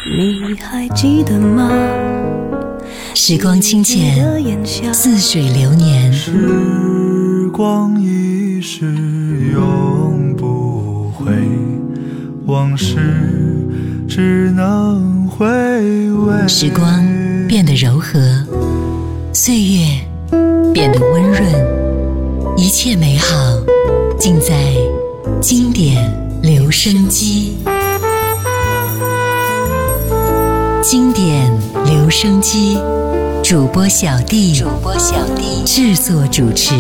你还记得吗？ 时光清浅，似水流年。 时光一逝永不回，往事只能回味。 时光变得柔和，岁月变得温润，一切美好尽在经典留声机。经典留声机，主播小弟制作主持。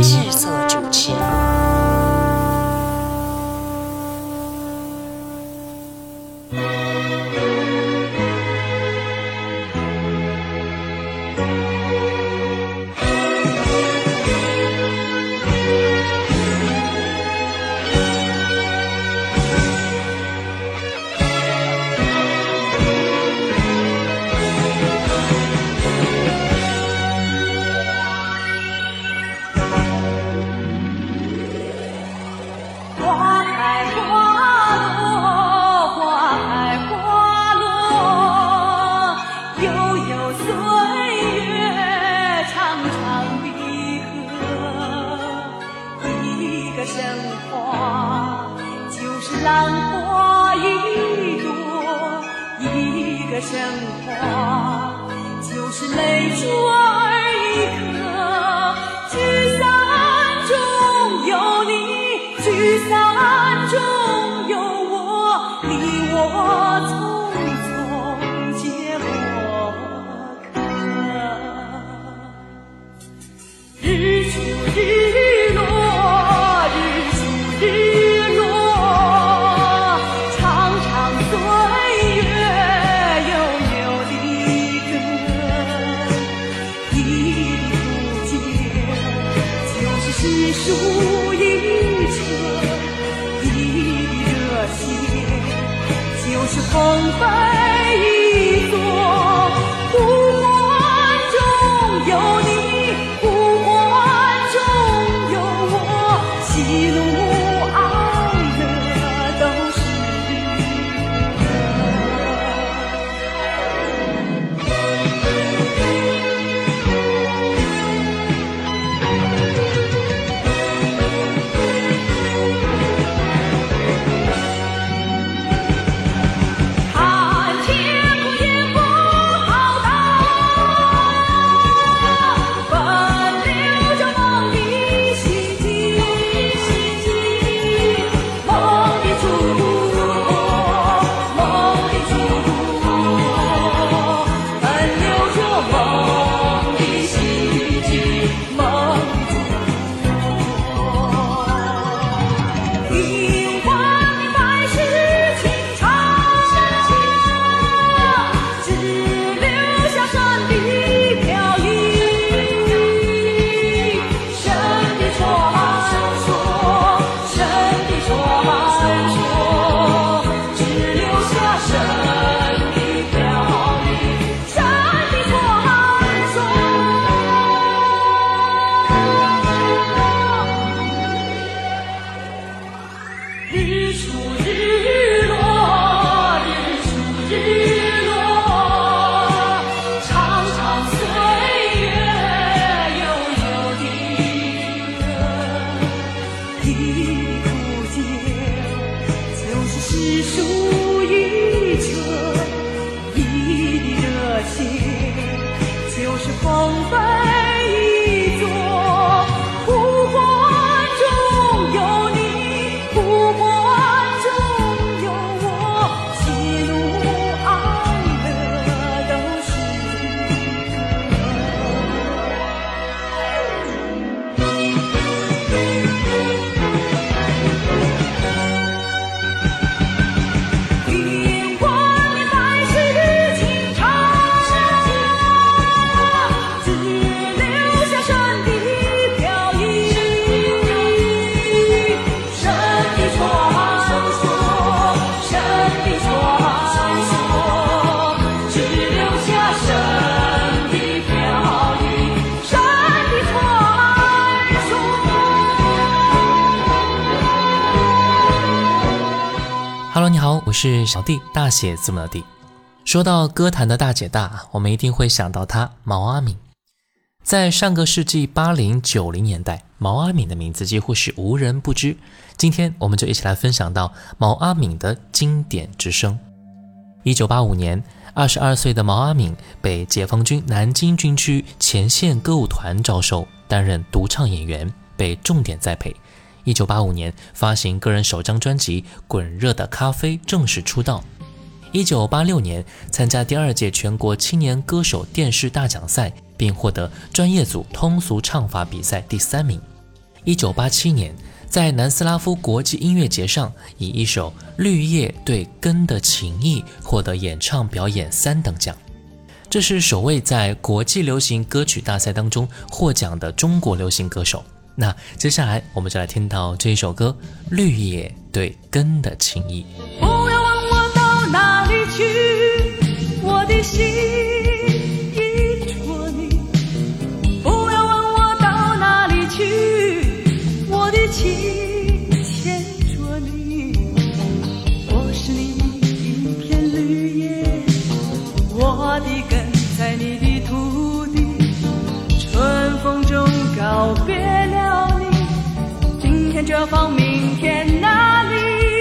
Hello， 你好，我是小弟，大写字母的弟。 说到歌坛的大姐大，我们一定会想到她毛阿敏。在上个世纪80、90年代，毛阿敏的名字几乎是无人不知。今天我们就一起来分享到毛阿敏的经典之声。1985年，22岁的毛阿敏被解放军南京军区前线歌舞团招收，担任独唱演员，被重点栽培。1985年发行个人首张专辑《滚热的咖啡》，正式出道。1986年参加第2届全国青年歌手电视大奖赛，并获得专业组通俗唱法比赛第3名。1987年在南斯拉夫国际音乐节上，以一首《绿叶对根的情谊》获得演唱表演3等奖。这是首位在国际流行歌曲大赛当中获奖的中国流行歌手。那接下来我们就来听到这一首歌《绿叶对根的情谊》。 不要问我到哪里去，我的心依着你。不要问我到哪里去，我的情牵着你。我是你一片绿叶，我的根在你的土地。春风中告别了你，今天这方，明天那里。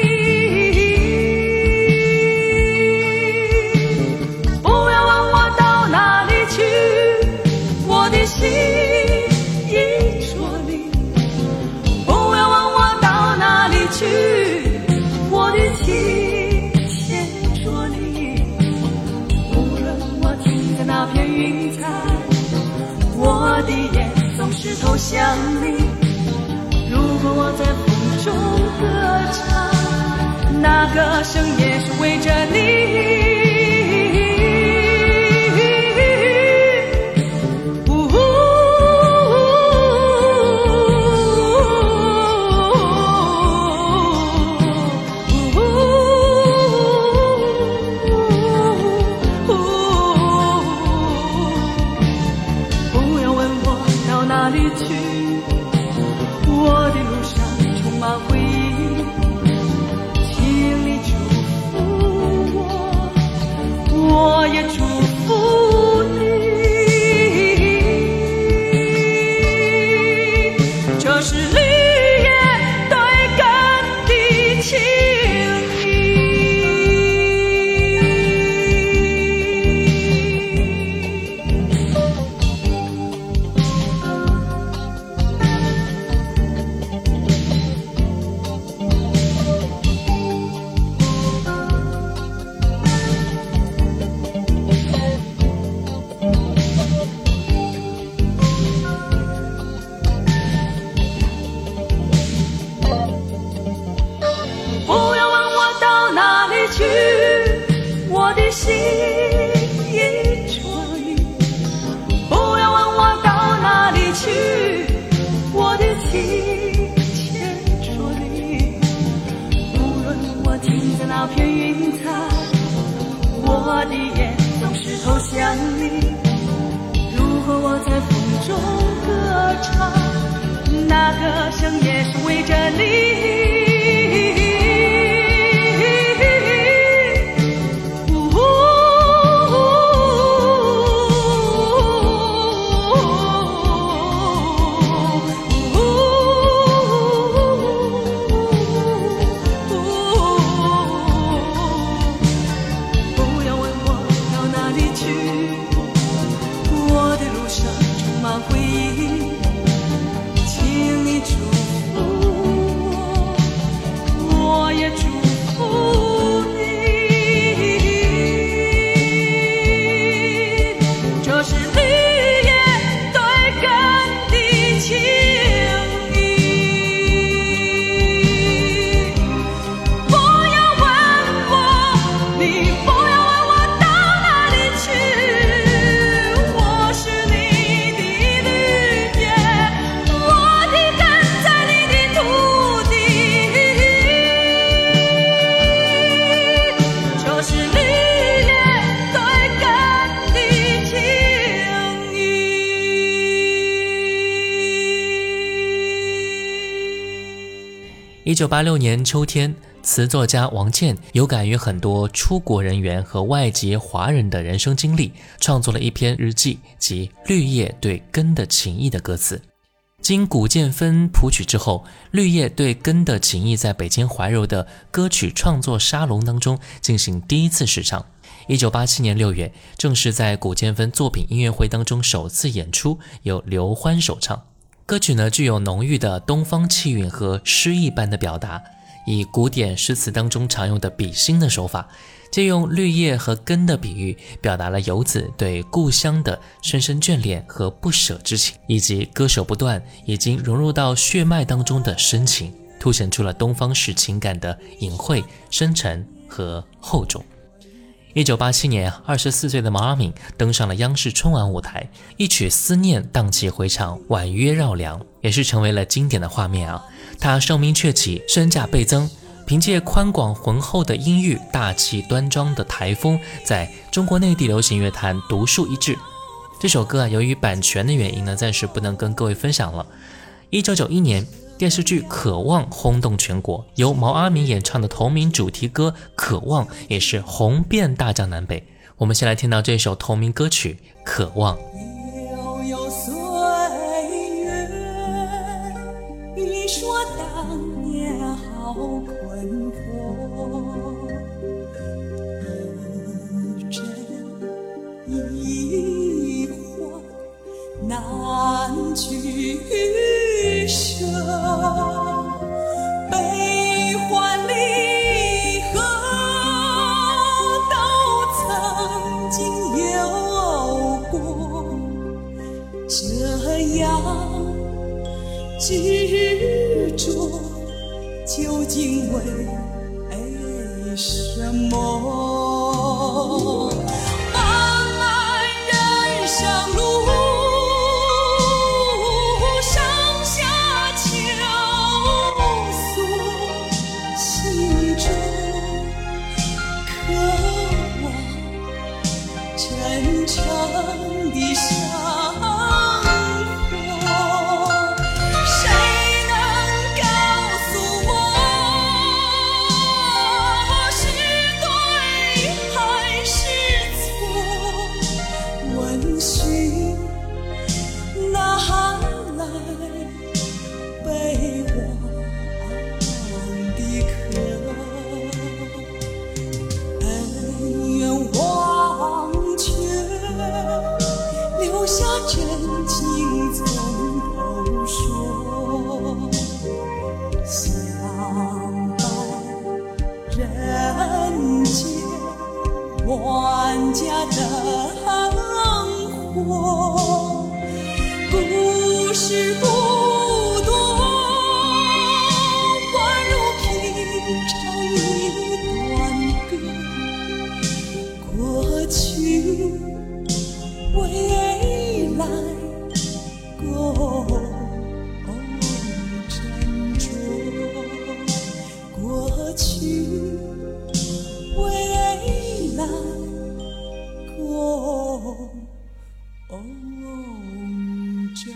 不要问我到哪里去，我的心依着你。不要问我到哪里去，我的情牵着你。无论我停在那片云彩，我的眼总是投向你。如果我在风中歌唱，那歌声也是为着你。不要问我到哪里去，我的路上充满回忆，请你祝福我，我也祝福你。这是绿叶对根的情心依着你。不要问我到哪里去，我的情牵着你。无论我停在那片云彩，我的眼总是投向你。如果我在风中歌唱，那歌声也是为着你。 1986年秋天，词作家王健有感于很多出国人员和外籍华人的人生经历，创作了一篇日记，即《绿叶对根的情谊》的歌词。经古建芬谱曲之后，《绿叶对根的情谊》在北京怀柔的歌曲创作沙龙当中进行第一次试唱。1987年6月，正是在古建芬作品音乐会当中首次演出，由刘欢首唱。歌曲呢，具有浓郁的东方气韵和诗意般的表达，以古典诗词当中常用的比心的手法，借用绿叶和根的比喻，表达了游子对故乡的深深眷恋和不舍之情，以及割舍不断已经融入到血脉当中的深情，凸显出了东方式情感的隐晦、深沉和厚重。1987年，24岁的毛阿敏登上了央视春晚舞台，一曲《思念》荡气回肠，婉约绕梁，也是成为了经典的画面啊。她声名鹊起，身价倍增，凭借宽广浑厚的音域、大气端庄的台风，在中国内地流行乐坛独树一帜。这首歌由于版权的原因呢，暂时不能跟各位分享了。1991年，电视剧《渴望》轰动全国，由毛阿敏演唱的同名主题歌《渴望》也是红遍大江南北。我们先来听到这首同名歌曲《渴望》。 悠悠岁月，欲说当年好困惑，一真一幻难取舍，悲欢离合都曾经有过，这样执着究竟为什么？漫漫人生路，真诚的生活，谁能告诉我是对还是错？问询哪来被忘的渴？恩怨忘却，留下真情从头说。相伴人间万家灯火，故事不多，宛如平常一段歌。过去未来共斟酌，过去未来共斟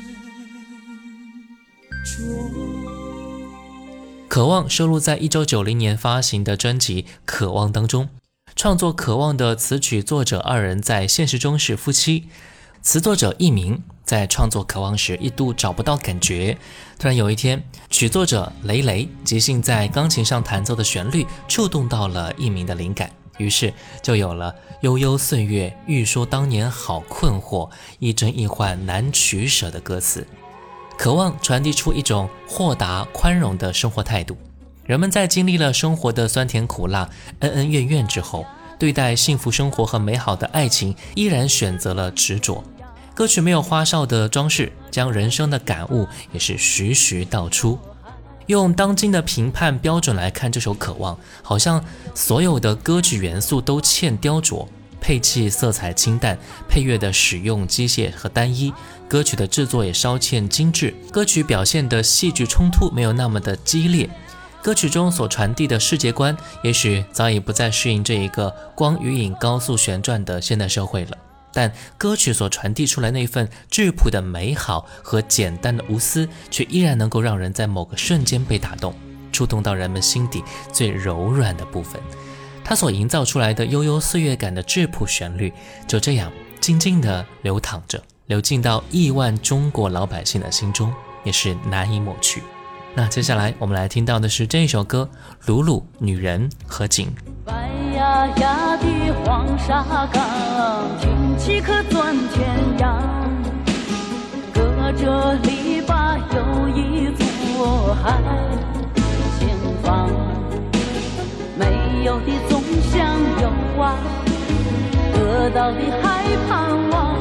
酌。 渴望收录在1990年发行的专辑《渴望》当中。创作《渴望》的词曲作者二人在现实中是夫妻。词作者佚名在创作《渴望》时一度找不到感觉，突然有一天，曲作者雷雷即兴在钢琴上弹奏的旋律触动到了佚名的灵感，于是就有了悠悠岁月，欲说当年好困惑，一真一幻难取舍的歌词。渴望传递出一种豁达宽容的生活态度。人们在经历了生活的酸甜苦辣、恩恩怨怨之后，对待幸福生活和美好的爱情依然选择了执着。歌曲没有花哨的装饰，将人生的感悟也是徐徐道出。用当今的评判标准来看这首《渴望》，好像所有的歌曲元素都欠雕琢，配器色彩清淡，配乐的使用机械和单一，歌曲的制作也稍欠精致，歌曲表现的戏剧冲突没有那么的激烈。歌曲中所传递的世界观也许早已不再适应这一个光与影高速旋转的现代社会了，但歌曲所传递出来那份质朴的美好和简单的无私，却依然能够让人在某个瞬间被打动， 触动到人们心底最柔软的部分。它所营造出来的悠悠岁月感的质朴旋律，就这样静静地流淌着，流进到亿万中国老百姓的心中，也是难以抹去。那接下来我们来听到的是这一首歌《鲁鲁女人和景》。 白呀呀的黄沙岗，挺起可钻天涯。隔着篱笆有一座海前方，没有的总想有啊，得到的还盼望。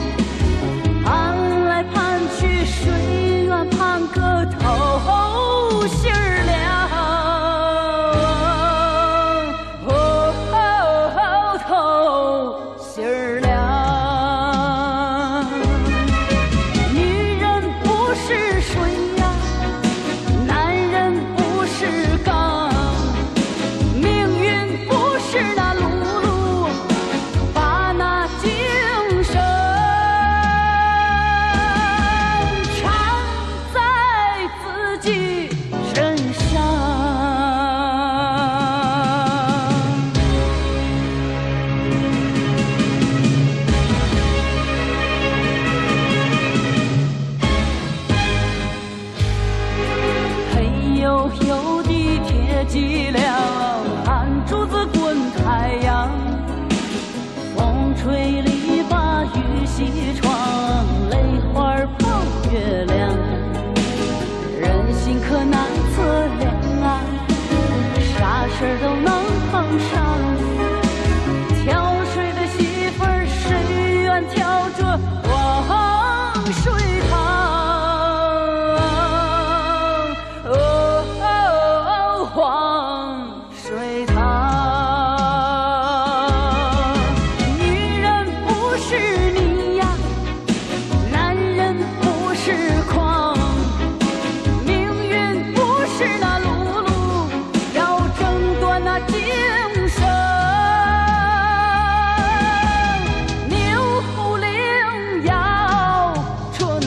盼来盼去，谁愿盼个头心儿凉？头心儿凉。女人不是水呀，男人不是钢，命运不是那辘轳，把那精神缠在自己身上。黑黝黝的铁脊梁，汗珠子滚太阳，风吹篱笆雨洗窗，泪花碰月亮，人心可难测量啊，啥事儿都能碰上。挑水的媳妇儿，谁愿挑着黄水塘？黄水塘。女人不是你呀，男人不是狂，命运不是那辘轳，要挣断那精神。牛铃要春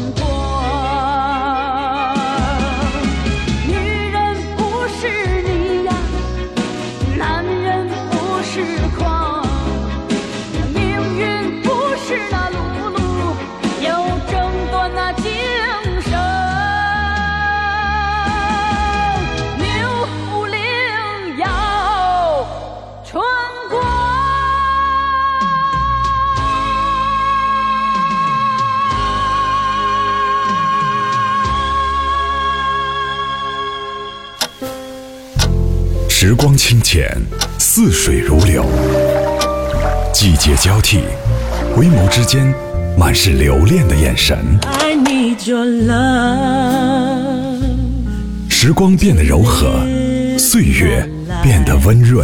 光，女人不是你呀，男人不是狂，命运不是那辘轳，要挣断那精神。牛铃要春光。 时光清浅，似水如流，季节交替，回眸之间满是留恋的眼神。 I need your love。 时光变得柔和，岁月变得温润，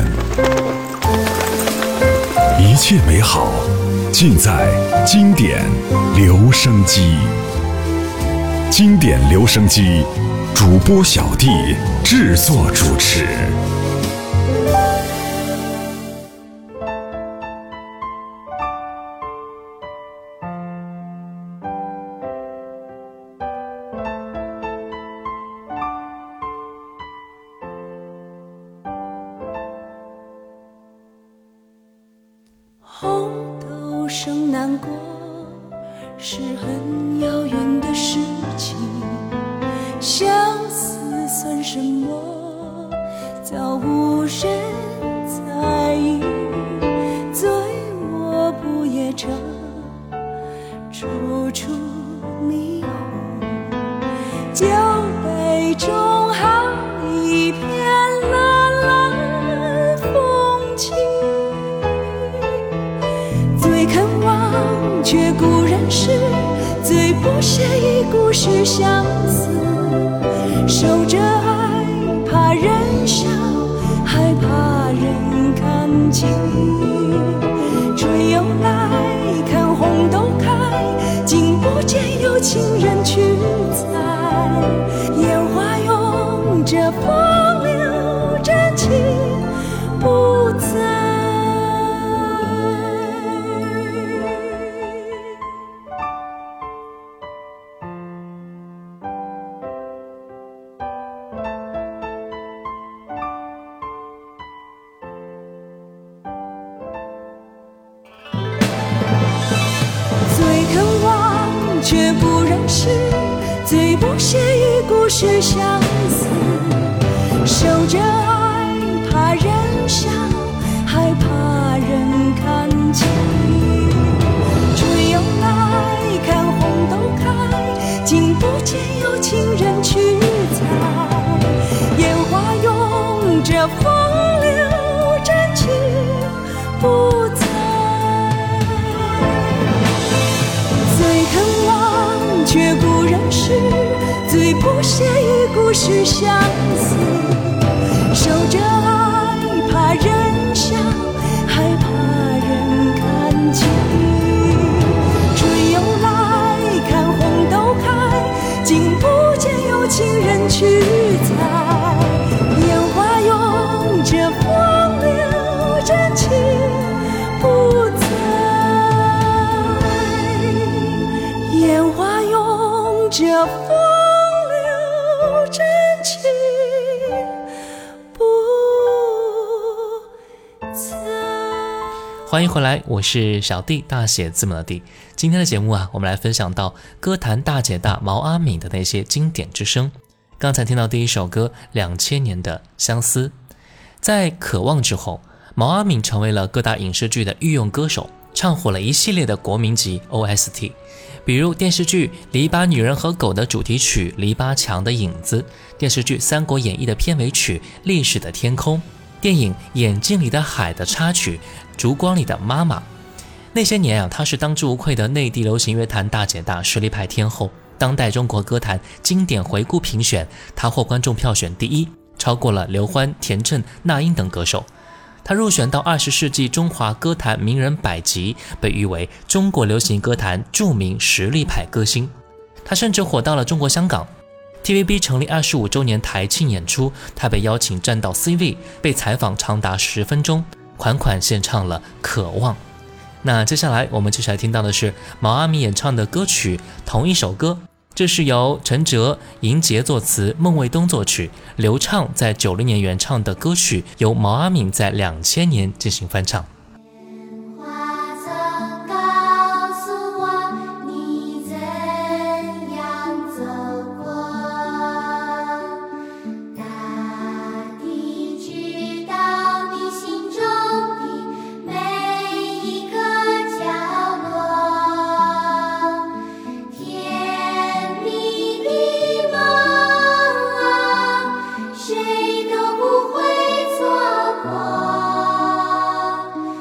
一切美好尽在经典留声机。经典留声机，主播小弟制作主持。 红豆生南国是很遥远的事情，相思算什么，早无人在意。醉卧不夜城，处处霓虹，酒杯中好一片蓝蓝风景。最渴望却固然是，最不屑一顾是相思。守着爱，怕人笑，害怕人看清。春又来，看红豆开，竟不见有情人去采。烟花拥着风流，真情不在。 识，最不屑一顾是相思。守着爱，怕人笑，害怕人看清。春又来，看红豆开，竟不见有情人去采。烟花拥着风流，真情不在。最恨忘却故人时，最不屑一顾是相思。守着爱，怕人笑，害怕人看清。春又来，看红豆开，竟不见有情人去采。烟花拥着风流，真情不在。烟花拥着风流，真情不在。 欢迎回来，我是小弟，大写字母的弟。今天的节目啊，我们来分享到歌坛大姐大毛阿敏的那些经典之声。刚才听到第一首歌2000年的相思。在渴望之后，毛阿敏成为了各大影视剧的御用歌手，唱火了一系列的国民级 OST， 比如电视剧《篱笆女人和狗》的主题曲《篱笆墙的影子》，电视剧《三国演义》的片尾曲《历史的天空》，电影《眼睛里的海》的插曲《烛光里的妈妈》。那些年啊，她是当之无愧的内地流行乐坛大姐大，实力派天后。当代中国歌坛经典回顾评选，她获观众票选第一，超过了刘欢、田震、那英等歌手。她入选到20世纪中华歌坛名人百集，被誉为中国流行歌坛著名实力派歌星。她甚至火到了中国香港。TVB 成立25周年台庆演出，她被邀请站到 C 位，被采访长达10分钟，款款献唱了《渴望》。那接下来我们接下来听到的是毛阿敏演唱的歌曲《同一首歌》，这是由陈哲、银杰作词，孟卫东作曲，刘畅在90年原唱的歌曲，由毛阿敏在2000年进行翻唱。 谁都不会错过。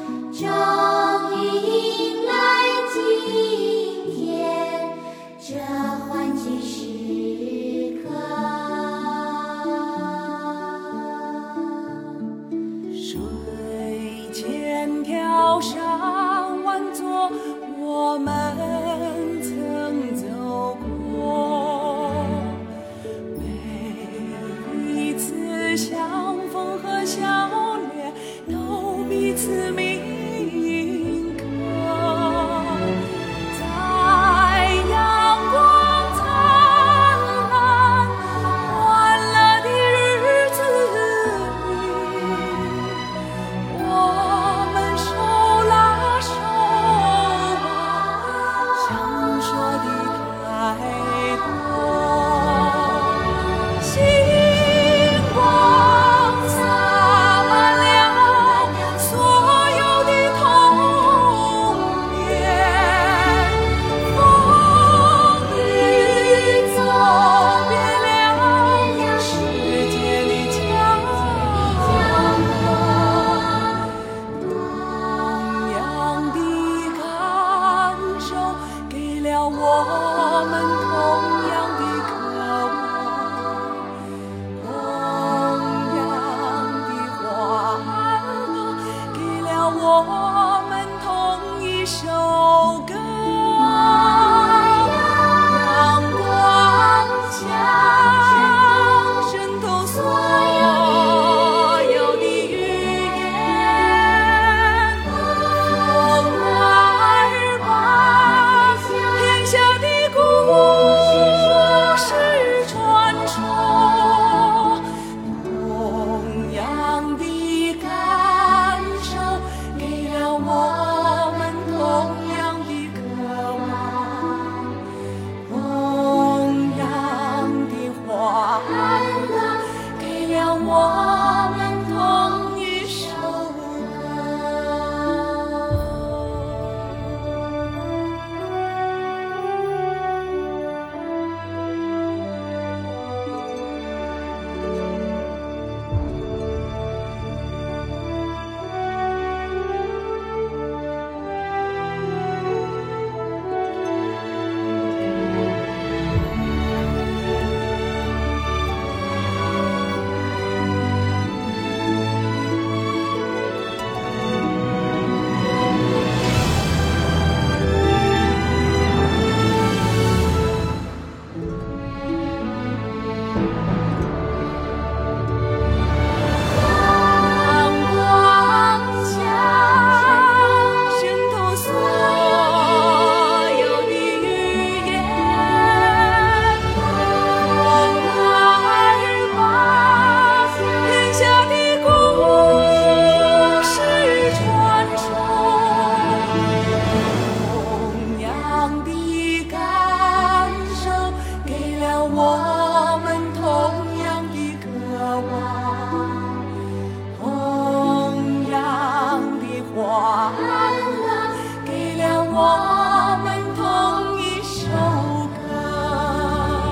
我们同一首歌，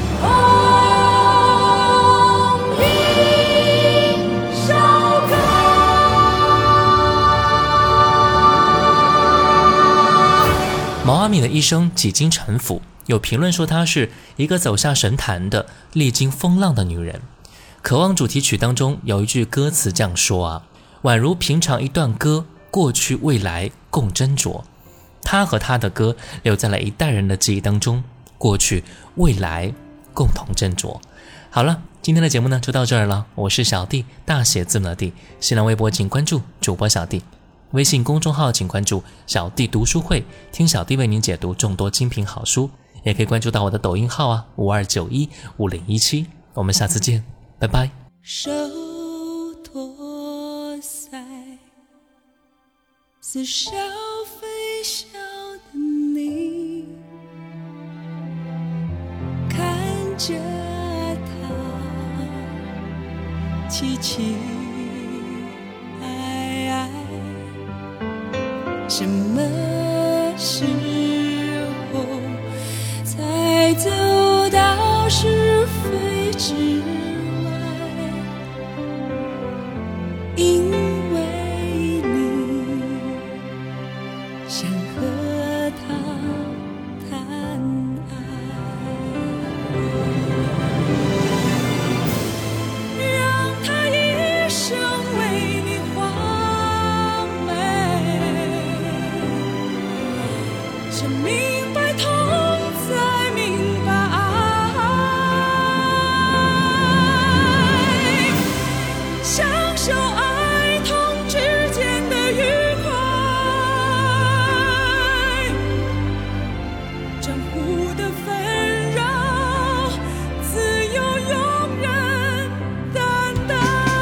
同一首歌。 毛阿敏的一生几经沉浮，有评论说她是一个走下神坛的、历经风浪的女人。渴望主题曲当中有一句歌词这样说啊，宛如平常一段歌，过去未来共斟酌。他和他的歌留在了一代人的记忆当中，过去未来共同斟酌。好了，今天的节目呢就到这儿了，我是小弟，大写字母的弟。新浪微博请关注主播小弟，微信公众号请关注小弟读书会，听小弟为您解读众多精品好书，也可以关注到我的抖音号啊，52915017。我们下次见，拜拜。 手托腮，似笑非笑的你，看着他凄凄哀哀，什么时候才走到是非之外？因为你想和他谈爱，让他一生为你画眉，是明白痛才明白爱，享受爱痛之间的愉快，江湖的纷扰，自由庸人担待。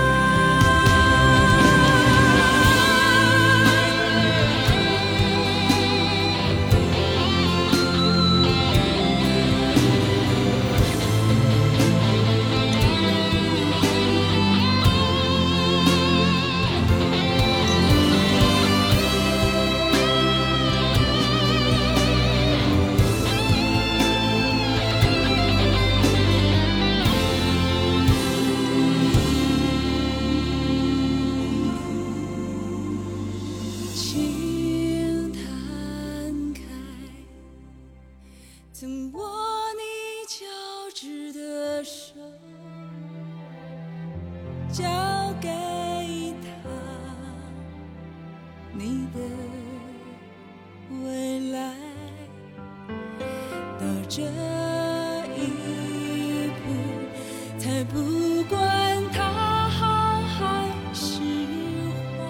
请摊开曾握你交织的手，交给他你的未来，到这一步才不管他好还是坏，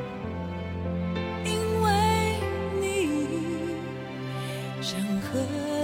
因为你想和